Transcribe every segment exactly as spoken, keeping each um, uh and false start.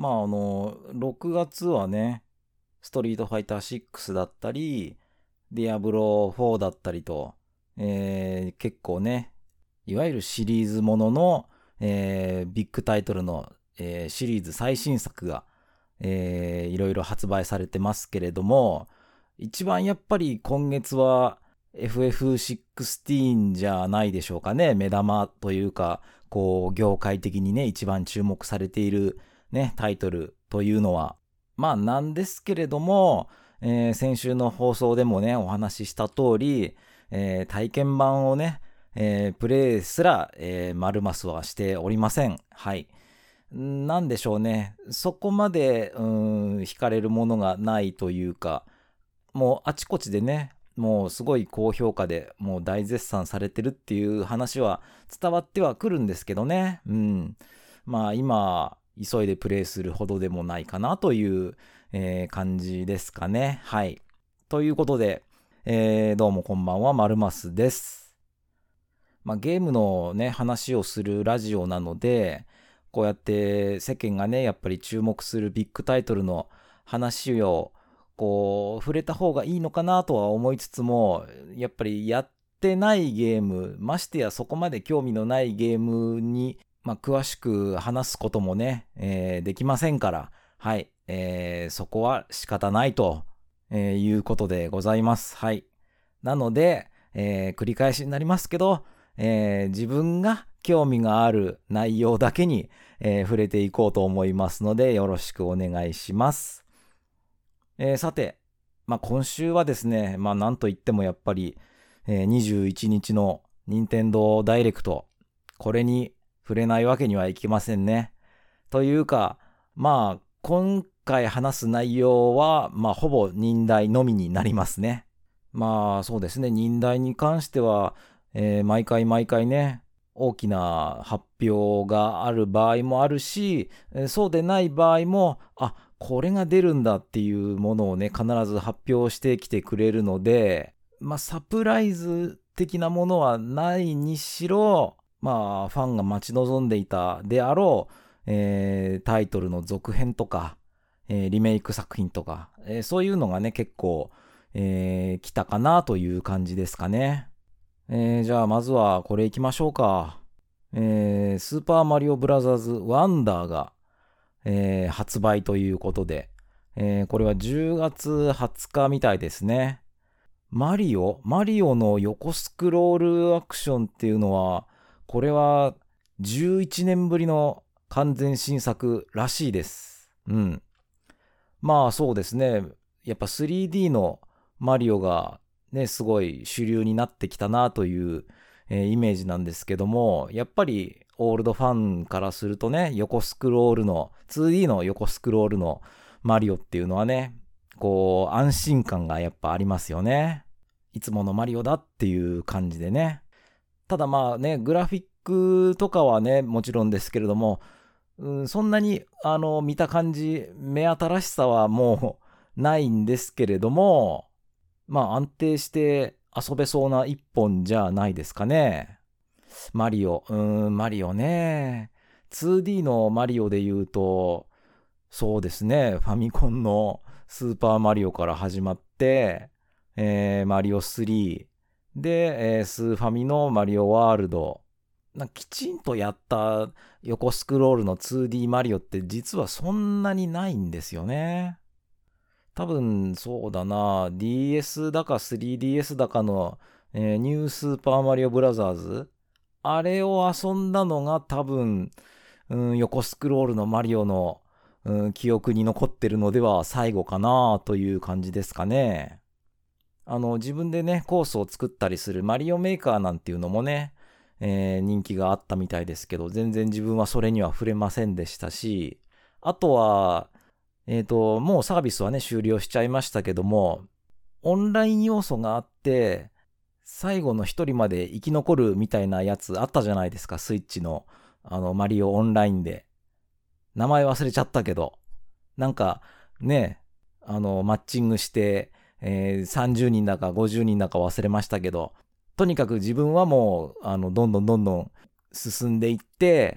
まああの、ろくがつはね、ストリートファイターシックスだったり、ディアブロフォーだったりと、えー結構ね、いわゆるシリーズものの、えービッグタイトルの、えーシリーズ最新作が、えーいろいろ発売されてますけれども、一番やっぱり今月は エフエフじゅうろく じゃないでしょうかね。目玉というか、こう、業界的にね、一番注目されているね、タイトルというのは、まあなんですけれども、えー先週の放送でもね、お話しした通り、えー体験版をね、えープレイすら、えー、マルマスはしておりません。はい。なんでしょうね。そこまで、うーん、惹かれるものがないというか、もうあちこちでね、もうすごい高評価でもう大絶賛されてるっていう話は伝わってはくるんですけどね。うん。まあ今、急いでプレイするほどでもないかなという、えー感じですかね。はい。ということで、えーどうもこんばんは、マルマスです。まあ、ゲームのね、話をするラジオなので、こうやって世間がね、やっぱり注目するビッグタイトルの話を、こう、触れた方がいいのかなとは思いつつも、やっぱりやってないゲーム、ましてやそこまで興味のないゲームに、まあ、詳しく話すこともね、えーできませんから、はい、えーそこは仕方ないと、えーいうことでございます。はい。なので、えー繰り返しになりますけど、えー自分が興味がある内容だけに、えー触れていこうと思いますので、よろしくお願いします。えーさて、まあ、今週はですね、まあ、なんといってもやっぱり、えーにじゅういちにちの任天堂ダイレクト、これに触れないわけにはいきませんね。というか、まあ、今回話す内容は、まあ、ほぼ忍耐のみになりますね。まあ、そうですね。忍耐に関しては、えー毎回毎回ね、大きな発表がある場合もあるし、えーそうでない場合も、あ、これが出るんだっていうものをね、必ず発表してきてくれるので、まあ、サプライズ的なものはないにしろ、まあ、ファンが待ち望んでいたであろう、えータイトルの続編とか、えーリメイク作品とか、えーそういうのがね、結構、えー来たかなという感じですかね。えーじゃあ、まずはこれ行きましょうか。えースーパーマリオブラザーズワンダーが、えー発売ということで、えーこれはじゅうがつはつかみたいですね。マリオマリオの横スクロールアクションっていうのは、これはじゅういちねんぶりの完全新作らしいです。うん。まあそうですね。やっぱ スリーディー のマリオがね、すごい主流になってきたなという、えーイメージなんですけども、やっぱりオールドファンからするとね、横スクロールの、ツーディー の横スクロールのマリオっていうのはね、こう安心感がやっぱありますよね。いつものマリオだっていう感じでね。ただまあね、グラフィックとかはね、もちろんですけれども、うん、そんなにあの見た感じ目新しさはもうないんですけれども、まあ安定して遊べそうな一本じゃないですかね。マリオ、うーん、マリオね。ツーディー のマリオで言うと、そうですね、ファミコンのスーパーマリオから始まって、えーマリオスリー、で、えースーファミのマリオワールド、なきちんとやった横スクロールの ツーディー マリオって実はそんなにないんですよね。多分そうだな、ディーエス だか スリーディーエス だかの、えーニュースーパーマリオブラザーズ、あれを遊んだのが多分、うん、横スクロールのマリオの、うん、記憶に残ってるのでは最後かなという感じですかね。あの、自分でね、コースを作ったりするマリオメーカーなんていうのもね、えー人気があったみたいですけど、全然自分はそれには触れませんでしたし、あとは、えっと、もうサービスはね、終了しちゃいましたけども、オンライン要素があって、最後の一人まで生き残るみたいなやつあったじゃないですか、スイッチの、あの、マリオオンラインで。名前忘れちゃったけど、なんか、ね、あの、マッチングして、えーさんじゅうにんだかごじゅうにんだか忘れましたけど、とにかく自分はもう、あの、どんどんどんどん進んでいって、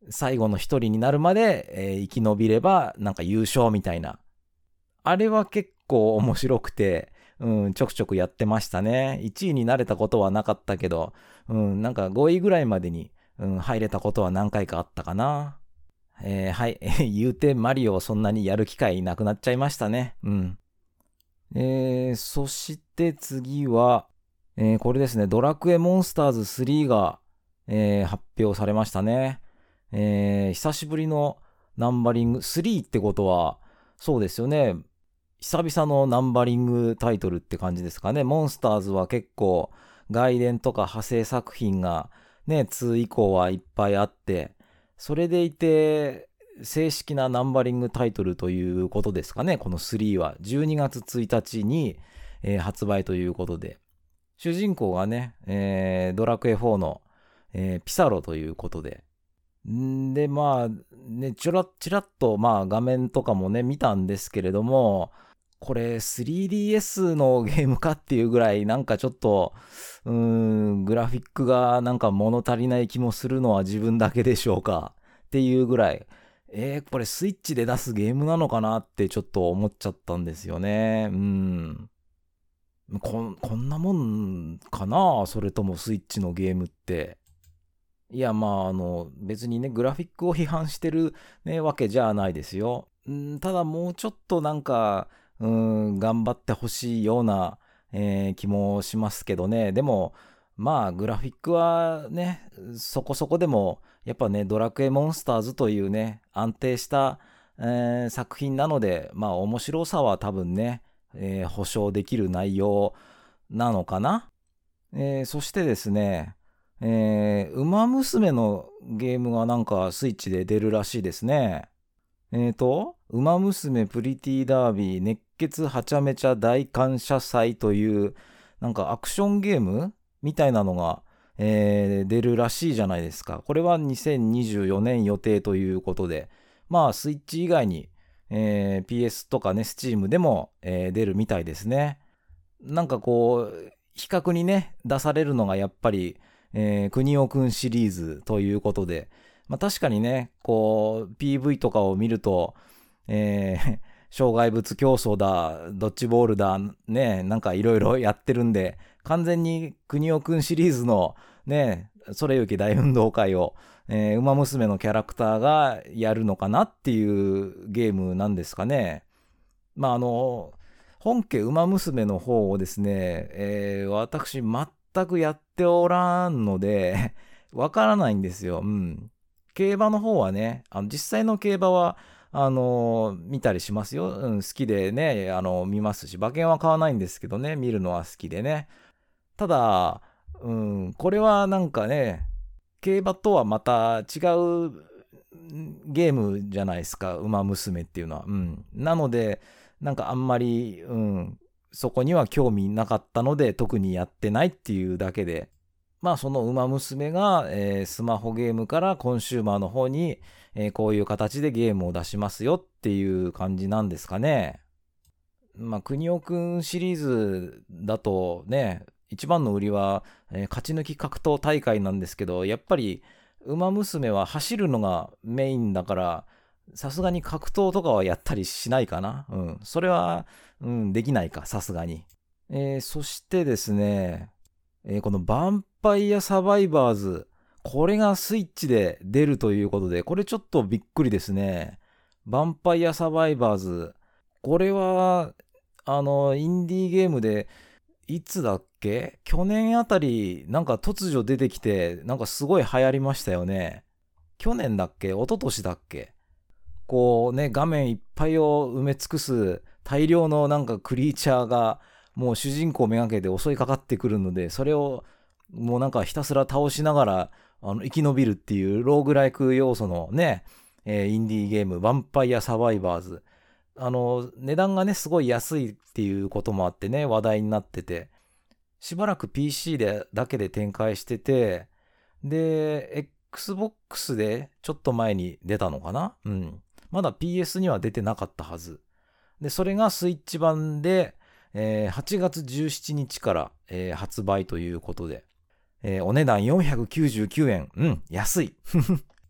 最後の一人になるまで、えー生き延びればなんか優勝みたいな。あれは結構面白くて、うん、ちょくちょくやってましたね。いちいになれたことはなかったけど、うん、なんかごいぐらいまでに、うん、入れたことは何回かあったかな。えーはい、言うてマリオをそんなにやる機会なくなっちゃいましたね。うん。えーそして次は、えーこれですね、ドラクエモンスターズスリーが、えー発表されましたね。えー久しぶりのナンバリング、スリーってことは、そうですよね。久々のナンバリングタイトルって感じですかね。モンスターズは結構外伝とか派生作品がね、ツー以降はいっぱいあって、それでいて正式なナンバリングタイトルということですかね。このスリーはじゅうにがつついたちに、えー発売ということで、主人公がね、えードラクエフォーの、えーピサロということで、んで、まあ、ね、ちょら、ちらっと、まあ、画面とかもね、見たんですけれども、これ スリーディーエス のゲームかっていうぐらい、なんかちょっと、うーん、グラフィックがなんか物足りない気もするのは自分だけでしょうかっていうぐらい、えー、これスイッチで出すゲームなのかなってちょっと思っちゃったんですよね。うん。こん、こんなもんかな、それともスイッチのゲームって。いや、まあ、あの、別にね、グラフィックを批判してる、ね、わけじゃないですよ。んただ、もうちょっとなんか、うん、頑張ってほしいような、えー気もしますけどね。でも、まあ、グラフィックはね、そこそこでも、やっぱね、ドラクエモンスターズというね、安定した、えー作品なので、まあ、面白さは多分ね、えー保証できる内容なのかな。えーそしてですね、えー、ウマ娘のゲームがなんかスイッチで出るらしいですね。えーと、ウマ娘プリティダービー熱血はちゃめちゃ大感謝祭という、なんかアクションゲームみたいなのが、えー出るらしいじゃないですか。これはにせんにじゅうよねん予定ということで、まあスイッチ以外に、えー ピーエス とかね、スチームでも、えー出るみたいですね。なんかこう、比較にね、出されるのがやっぱり、えー、国尾くんシリーズということで、まあ確かにね、こう、ピーブイ とかを見ると、えー障害物競争だ、ドッジボールだ、ね、なんかいろいろやってるんで、完全に国尾くんシリーズの、ね、それゆき大運動会を、えー、馬娘のキャラクターがやるのかなっていうゲームなんですかね。まああの、本家ウマ娘の方をですね、えー私全くやっておらんので、わからないんですよ。うん。競馬の方はね、あの実際の競馬は、あの見たりしますよ。うん、好きでね、あの見ますし、馬券は買わないんですけどね、見るのは好きでね。ただ、うん、これはなんかね、競馬とはまた違うゲームじゃないですか、ウマ娘っていうのは。うん。なので、なんかあんまり、うん、そこには興味なかったので、特にやってないっていうだけで、まあそのウマ娘が、えースマホゲームからコンシューマーの方に、えーこういう形でゲームを出しますよっていう感じなんですかね。まあ、国尾くんシリーズだとね、一番の売りは、えー勝ち抜き格闘大会なんですけど、やっぱり、ウマ娘は走るのがメインだから、さすがに格闘とかはやったりしないかな。うん。それは、うん、できないか、さすがに。えーそしてですね、えーこのヴァンパイアサバイバーズ、これがスイッチで出るということで、これちょっとびっくりですね。ヴァンパイアサバイバーズ、これは、あの、インディーゲームで、いつだっけ去年あたり、なんか突如出てきて、なんかすごい流行りましたよね。去年だっけ一昨年だっけこうね、画面いっぱいを埋め尽くす大量のなんかクリーチャーが、もう主人公めがけて襲いかかってくるので、それをもうなんかひたすら倒しながら、あの、生き延びるっていうローグライク要素のね、えーインディーゲーム、ヴァンパイアサバイバーズ。あの、値段がね、すごい安いっていうこともあってね、話題になってて、しばらく ピーシー でだけで展開してて、で、Xbox でちょっと前に出たのかな。うん。まだ ピーエス には出てなかったはず。で、それがスイッチ版で、えーはちがつじゅうしちにちから、えー発売ということで、えーお値段よんひゃくきゅうじゅうきゅうえん。うん、安い。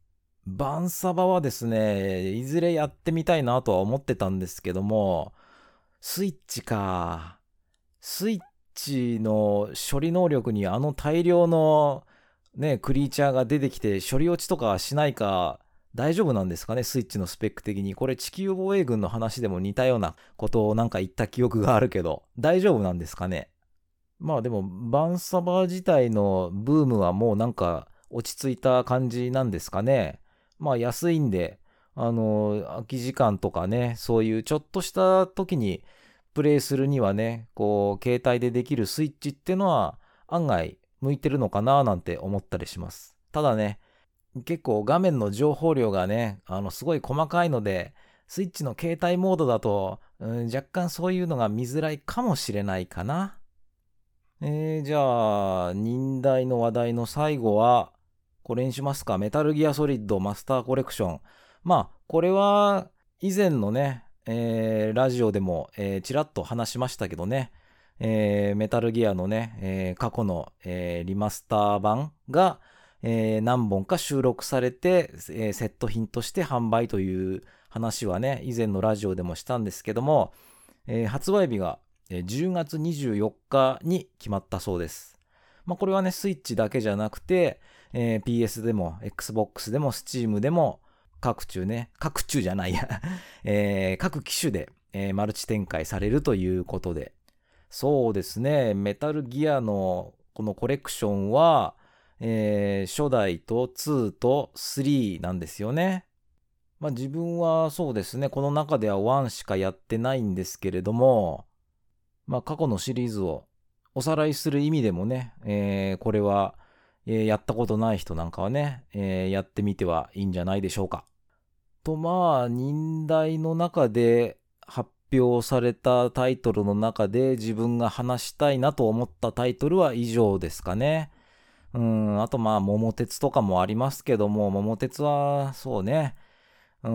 バンサバはですね、いずれやってみたいなとは思ってたんですけども、スイッチか。スイッチの処理能力にあの大量のね、クリーチャーが出てきて処理落ちとかしないか大丈夫なんですかね、スイッチのスペック的に。これ地球防衛軍の話でも似たようなことをなんか言った記憶があるけど、大丈夫なんですかね。まあでも、バンサバ自体のブームはもうなんか落ち着いた感じなんですかね。まあ安いんで、あの、空き時間とかね、そういうちょっとした時にプレイするにはね、こう、携帯でできるスイッチってのは案外向いてるのかななんて思ったりします。ただね、結構画面の情報量がね、あの、すごい細かいので、スイッチの携帯モードだと、うん、若干そういうのが見づらいかもしれないかな。えー、じゃあ、忍耐の話題の最後は、これにしますか。メタルギアソリッドマスターコレクション。まあ、これは、以前のね、えーラジオでも、えーちらっと話しましたけどね、えーメタルギアのね、えー過去の、えーリマスター版が、えー何本か収録されて、えーセット品として販売という話はね、以前のラジオでもしたんですけども、えー発売日がえーじゅうがつにじゅうよっかに決まったそうです。まあ、これはね、スイッチだけじゃなくて、えー ピーエス でも、Xbox でも、Steam でも、各種ね、各種じゃないや、えー各機種で、えーマルチ展開されるということで。そうですね、メタルギアのこのコレクションは、えー初代とにとさんなんですよね。まあ自分はそうですね、この中ではいちしかやってないんですけれども、まあ過去のシリーズをおさらいする意味でもね、えーこれは、えーやったことない人なんかはね、えーやってみてはいいんじゃないでしょうか。とまあ、忍耐の中で発表されたタイトルの中で自分が話したいなと思ったタイトルは以上ですかね。うん、あとまあ、桃鉄とかもありますけども、桃鉄はそうね、うん、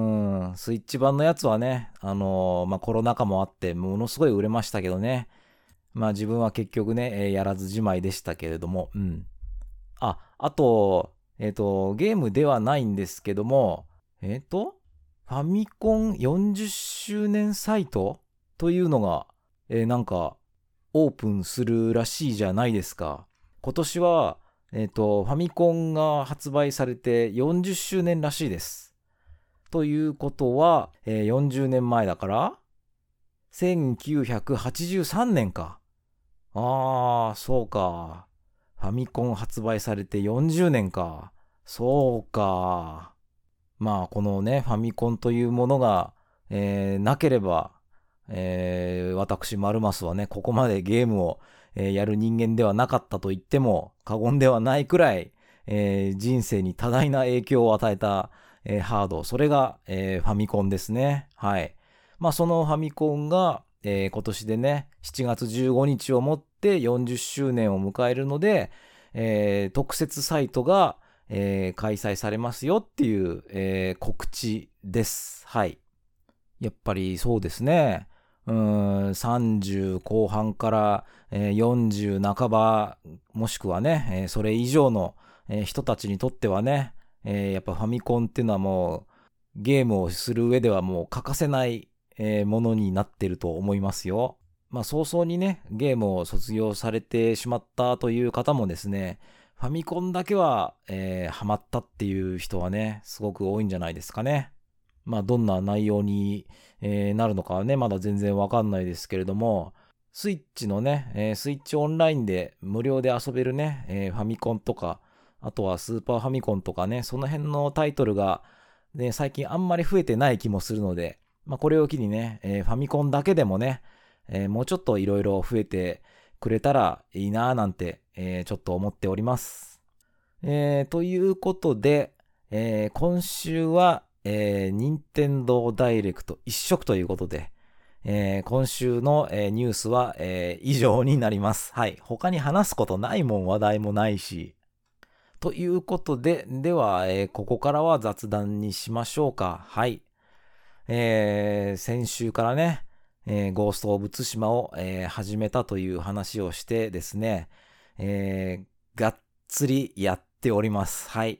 スイッチ版のやつはね、あのーまあコロナ禍もあってものすごい売れましたけどね。まあ自分は結局ね、えーやらずじまいでしたけれども、うん。あ、あと、えっと、ゲームではないんですけども、えっと、ファミコンよんじゅっしゅうねんサイトというのが、えーなんか、オープンするらしいじゃないですか。今年は、えっと、ファミコンが発売されてよんじゅっしゅうねんらしいです。ということは、えーよんじゅうねんまえだから、せんきゅうひゃくはちじゅうさんねんか。ああ、そうか。ファミコン発売されてよんじゅうねんか。そうか。まあ、このね、ファミコンというものが、えーなければ、えー私、マルマスはね、ここまでゲームを、えーやる人間ではなかったと言っても過言ではないくらい、えー人生に多大な影響を与えた、えーハード、それが、えーファミコンですね。はい。まあ、そのファミコンが、えー今年でね、しちがつじゅうごにちをもってよんじゅっしゅうねんを迎えるので、えー特設サイトが、えー開催されますよっていう、えー告知です。はい。やっぱりそうですね。うーん、さんじゅう後半から、えーよんじゅう半ば、もしくはね、えーそれ以上の、えー人たちにとってはね、えーやっぱファミコンっていうのはもう、ゲームをする上ではもう欠かせない、えーものになってると思いますよ。まあ早々にね、ゲームを卒業されてしまったという方もですね、ファミコンだけは、えーハマったっていう人はね、すごく多いんじゃないですかね。まあ、どんな内容に、えーなるのかはね、まだ全然わかんないですけれども、スイッチのね、えースイッチオンラインで無料で遊べるね、えーファミコンとか、あとはスーパーファミコンとかね、その辺のタイトルが、ね、最近あんまり増えてない気もするので、まあ、これを機にね、えーファミコンだけでもね、えーもうちょっといろいろ増えてくれたらいいなぁなんて、えーちょっと思っております。えーということで、えー今週は、えー、任天堂ダイレクト一色ということで、えー今週の、えーニュースは、えー以上になります。はい。他に話すことないもん、話題もないし。ということで、では、えーここからは雑談にしましょうか。はい。えー先週からね、えーゴースト・オブ・ツシマを、えー始めたという話をしてですね、えーがっつりやっております。はい。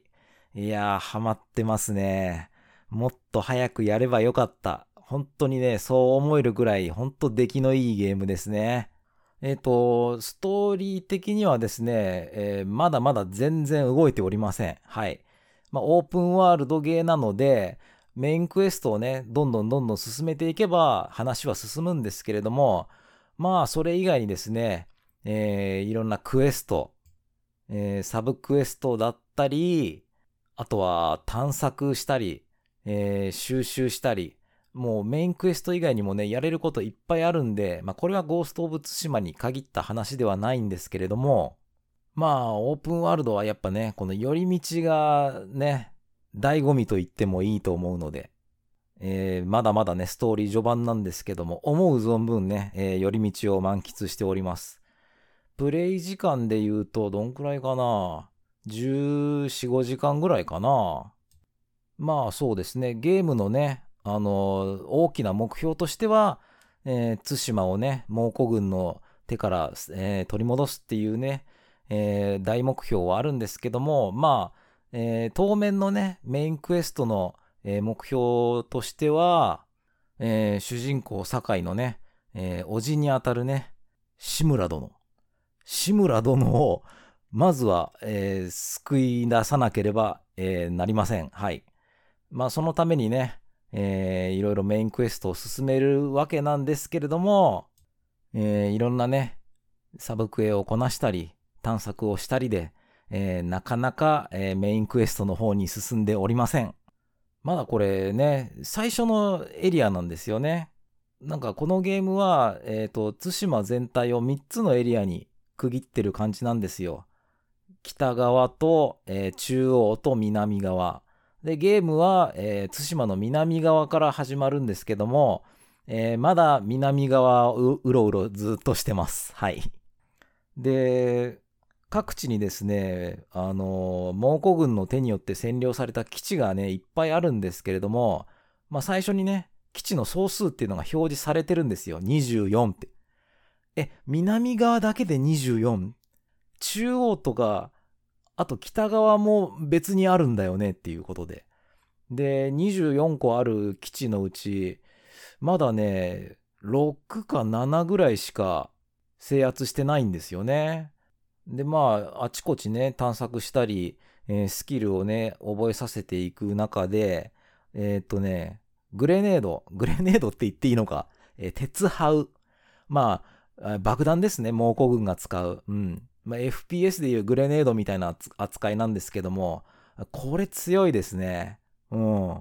いやー、ハマってますね。もっと早くやればよかった。本当にね、そう思えるぐらい、本当出来のいいゲームですね。えっと、ストーリー的にはですね、えーまだまだ全然動いておりません。はい。まあ、オープンワールドゲーなので、メインクエストをね、どんどんどんどん進めていけば話は進むんですけれども、まあ、それ以外にですね、えーいろんなクエスト、えーサブクエストだったり、あとは探索したり、えー収集したり、もうメインクエスト以外にもね、やれることいっぱいあるんで、まあこれはゴースト・オブ・ツシマに限った話ではないんですけれども、まあオープンワールドはやっぱね、この寄り道がね、醍醐味と言ってもいいと思うので、えーまだまだね、ストーリー序盤なんですけども、思う存分ね、えー寄り道を満喫しております。プレイ時間で言うと、どんくらいかな？ じゅうよん、ごじかんぐらいかな。まあそうですね、ゲームのね、あの、大きな目標としては、えー対馬をね、蒙古軍の手から、えー取り戻すっていうね、えー大目標はあるんですけども、まあ、えー当面のね、メインクエストの、えー目標としては、えー主人公堺のね、えー、叔父にあたるね、志村殿。志村殿を、まずは、えー救い出さなければ、えーなりません。はい。まあそのためにね、えーいろいろメインクエストを進めるわけなんですけれども、えーいろんなね、サブクエをこなしたり、探索をしたりで、えーなかなか、えーメインクエストの方に進んでおりません。まだこれね、最初のエリアなんですよね。なんかこのゲームは、えっと、対馬全体をみっつのエリアに区切ってる感じなんですよ。北側と、えー中央と南側。で、ゲームは、えー対馬の南側から始まるんですけども、えーまだ南側をううろうろずっとしてます。はい。で、各地にですね、あの、蒙古軍の手によって占領された基地がね、いっぱいあるんですけれども、まあ最初にね、基地の総数っていうのが表示されてるんですよ。にじゅうよんって。え、南側だけで にじゅうよん？ 中央とか、あと北側も別にあるんだよねっていうことで。で、にじゅうよんこある基地のうち、まだね、ろくかななぐらいしか制圧してないんですよね。で、まあ、あちこちね、探索したり、えースキルをね、覚えさせていく中で、えーっとね、グレネード、グレネードって言っていいのか、えー鉄ハウ。まあ、あ爆弾ですね、蒙古軍が使う。うん。まあ、エフピーエス でいうグレネードみたいな扱いなんですけども、これ強いですね。うん。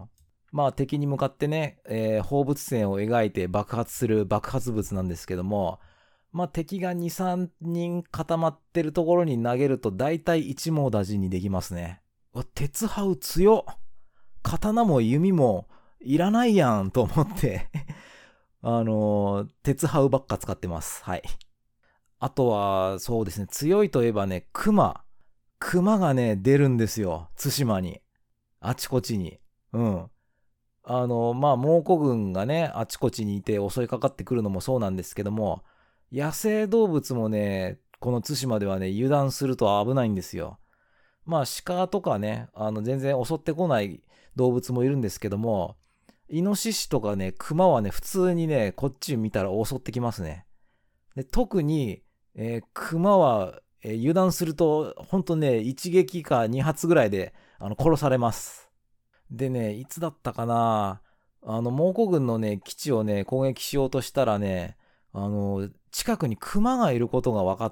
まあ、敵に向かってね、えー放物線を描いて爆発する爆発物なんですけども、まあ、敵がに、さんにん固まってるところに投げると大体一網打尽にできますね。うわ、鉄ハウ強っ。刀も弓もいらないやんと思ってあのー鉄ハウばっか使ってます。はい。あとは、そうですね、強いといえばね、熊。熊がね、出るんですよ。対馬に。あちこちに。うん。あの、まあ、蒙古軍がね、あちこちにいて襲いかかってくるのもそうなんですけども、野生動物もね、この対馬ではね、油断すると危ないんですよ。まあ、鹿とかね、あの、全然襲ってこない動物もいるんですけども、イノシシとかね、クマはね、普通にね、こっち見たら襲ってきますね。で特に、えー、クマは、えー油断すると、ほんとね、一撃か二発ぐらいで、あの、殺されます。でね、いつだったかな、あの、蒙古軍のね、基地をね、攻撃しようとしたらね、あの、近くに熊がいることが分かって、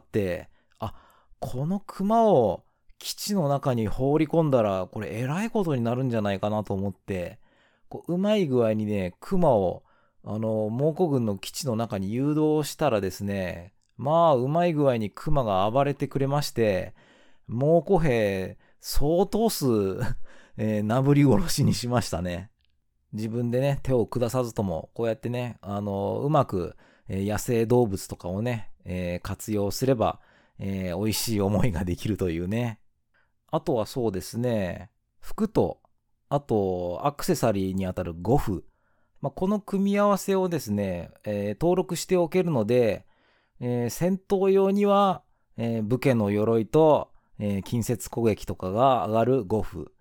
あ、この熊を基地の中に放り込んだら、これえらいことになるんじゃないかなと思って、こう、うまい具合にね、熊を、あの、蒙古軍の基地の中に誘導したらですね、まあ、うまい具合に熊が暴れてくれまして、蒙古兵、相当数えー、なぶり殺しにしましたね。自分でね、手を下さずとも、こうやってね、あの、うまく、えー野生動物とかをね、えー活用すれば、えー美味しい思いができるというね。あとはそうですね、服と、あと、アクセサリーにあたるゴフ。まあ、この組み合わせをですね、えー登録しておけるので、えー戦闘用には、えー武家の鎧と、えー近接攻撃とかが上がるゴフ。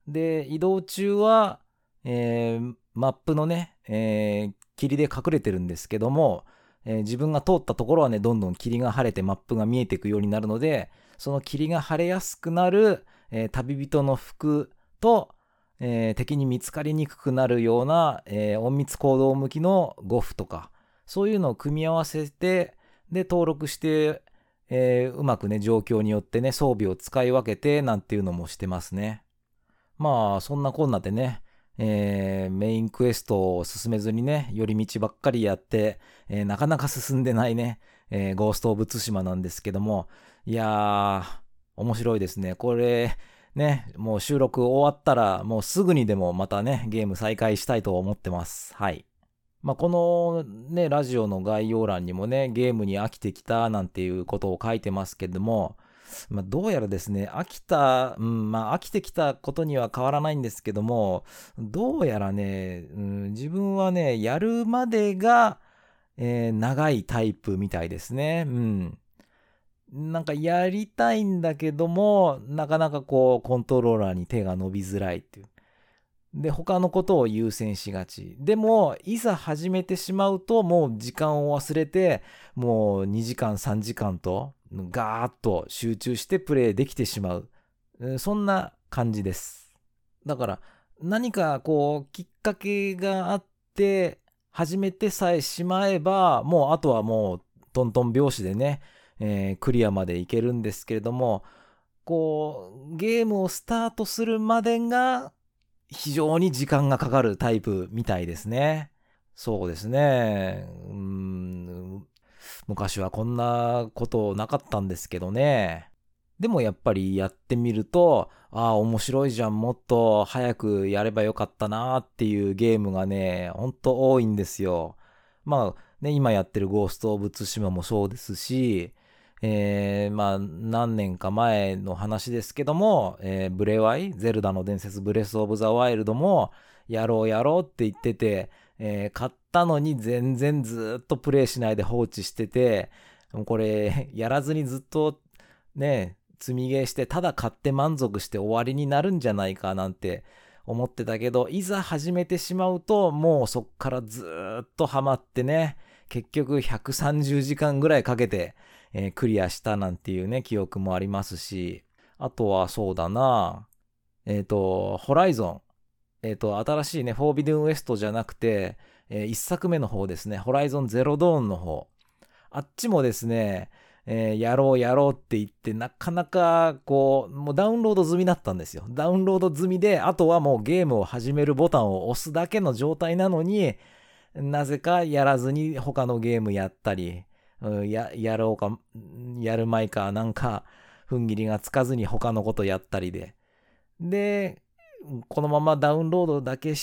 で、移動中は、えーマップのね、えー霧で隠れてるんですけども、えー自分が通ったところはね、どんどん霧が晴れてマップが見えていくようになるので、その霧が晴れやすくなる、えー旅人の服と、えー敵に見つかりにくくなるような、えー隠密行動向きのゴフとか、そういうのを組み合わせて、で、登録して、えーうまくね、状況によってね、装備を使い分けて、なんていうのもしてますね。まあ、そんなこんなでね、えーメインクエストを進めずにね、寄り道ばっかりやって、えーなかなか進んでないね、えーゴースト・オブ・ツシマなんですけども、いやー、面白いですね。これ、ね、もう収録終わったら、もうすぐにでもまたね、ゲーム再開したいと思ってます。はい。まあ、このね、ラジオの概要欄にもね、ゲームに飽きてきたなんていうことを書いてますけども、まあ、どうやらですね、飽きた、うん、まあ、飽きてきたことには変わらないんですけども、どうやらね、うん、自分はね、やるまでが、えー長いタイプみたいですね。うん。なんかやりたいんだけども、なかなかこう、コントローラーに手が伸びづらいっていう。で、他のことを優先しがち。でも、いざ始めてしまうと、もう時間を忘れて、もうにじかん、さんじかんと、ガーッと集中してプレイできてしまう。うんそんな感じです。だから、何かこう、きっかけがあって、始めてさえしまえば、もうあとはもう、トントン拍子でね、えークリアまでいけるんですけれども、こう、ゲームをスタートするまでが、非常に時間がかかるタイプみたいですね。そうですね。うーん、昔はこんなことなかったんですけどね。でもやっぱりやってみると、ああ、面白いじゃん、もっと早くやればよかったなっていうゲームがね、ほんと多いんですよ。まあね、今やってるゴースト・オブ・ツシマもそうですし、えー、まあ何年か前の話ですけども、えーブレワイ、ゼルダの伝説ブレス・オブ・ザ・ワイルドも、やろうやろうって言ってて、えー買ったのに全然ずっとプレイしないで放置してて、これ、やらずにずっとね、積みゲーして、ただ買って満足して終わりになるんじゃないかなんて思ってたけど、いざ始めてしまうと、もうそっからずーっとハマってね、結局ひゃくさんじゅうじかんぐらいかけて、えークリアしたなんていうね、記憶もありますし、あとはそうだな、えっと、ホライゾン。えっと、新しいね、フォービドゥンウエストじゃなくて、えー一作目の方ですね、ホライゾンゼロドーンの方。あっちもですね、えーやろうやろうって言って、なかなかこう、もうダウンロード済みだったんですよ。ダウンロード済みで、あとはもうゲームを始めるボタンを押すだけの状態なのに、なぜかやらずに他のゲームやったり、うん、や、やろうか、やるまいか、なんか、踏ん切りがつかずに他のことやったりで。で、このままダウンロードだけして、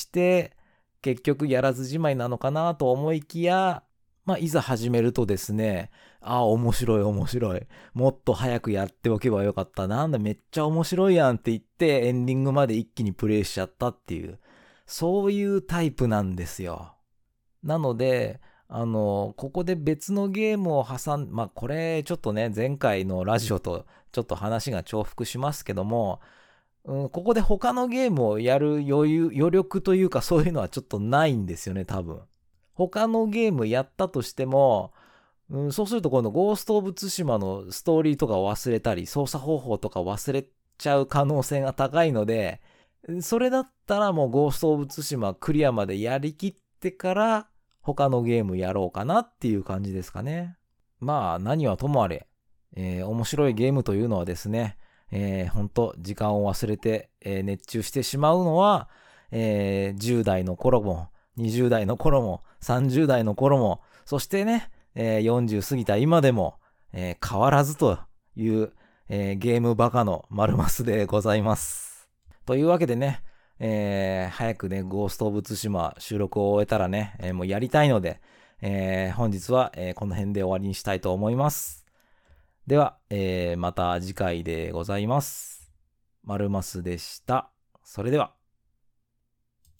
結局やらずじまいなのかなと思いきや、まあ、いざ始めるとですね、ああ、面白い面白い。もっと早くやっておけばよかった。なんだ、めっちゃ面白いやんって言って、エンディングまで一気にプレイしちゃったっていう、そういうタイプなんですよ。なので、あの、ここで別のゲームを挟ん、まあ、これ、ちょっとね、前回のラジオとちょっと話が重複しますけども、うん、ここで他のゲームをやる余裕、余力というかそういうのはちょっとないんですよね、多分。他のゲームやったとしても、うん、そうするとこのゴースト・オブ・ツシマのストーリーとかを忘れたり、操作方法とか忘れちゃう可能性が高いので、それだったらもうゴースト・オブ・ツシマクリアまでやりきってから他のゲームやろうかなっていう感じですかね。まあ何はともあれ、えー面白いゲームというのはですね、えー、本当時間を忘れて、えー熱中してしまうのは、えーじゅう代の頃も、にじゅう代の頃も、さんじゅう代の頃も、そしてね、えーよんじゅう過ぎた今でも、えー変わらずという、えーゲームバカの丸マスでございます。というわけでね、えー早くね、ゴースト・オブ・ツシマ収録を終えたらね、えーもうやりたいので、えー本日は、えーこの辺で終わりにしたいと思います。では、えーまた次回でございます。丸マスでした。それでは。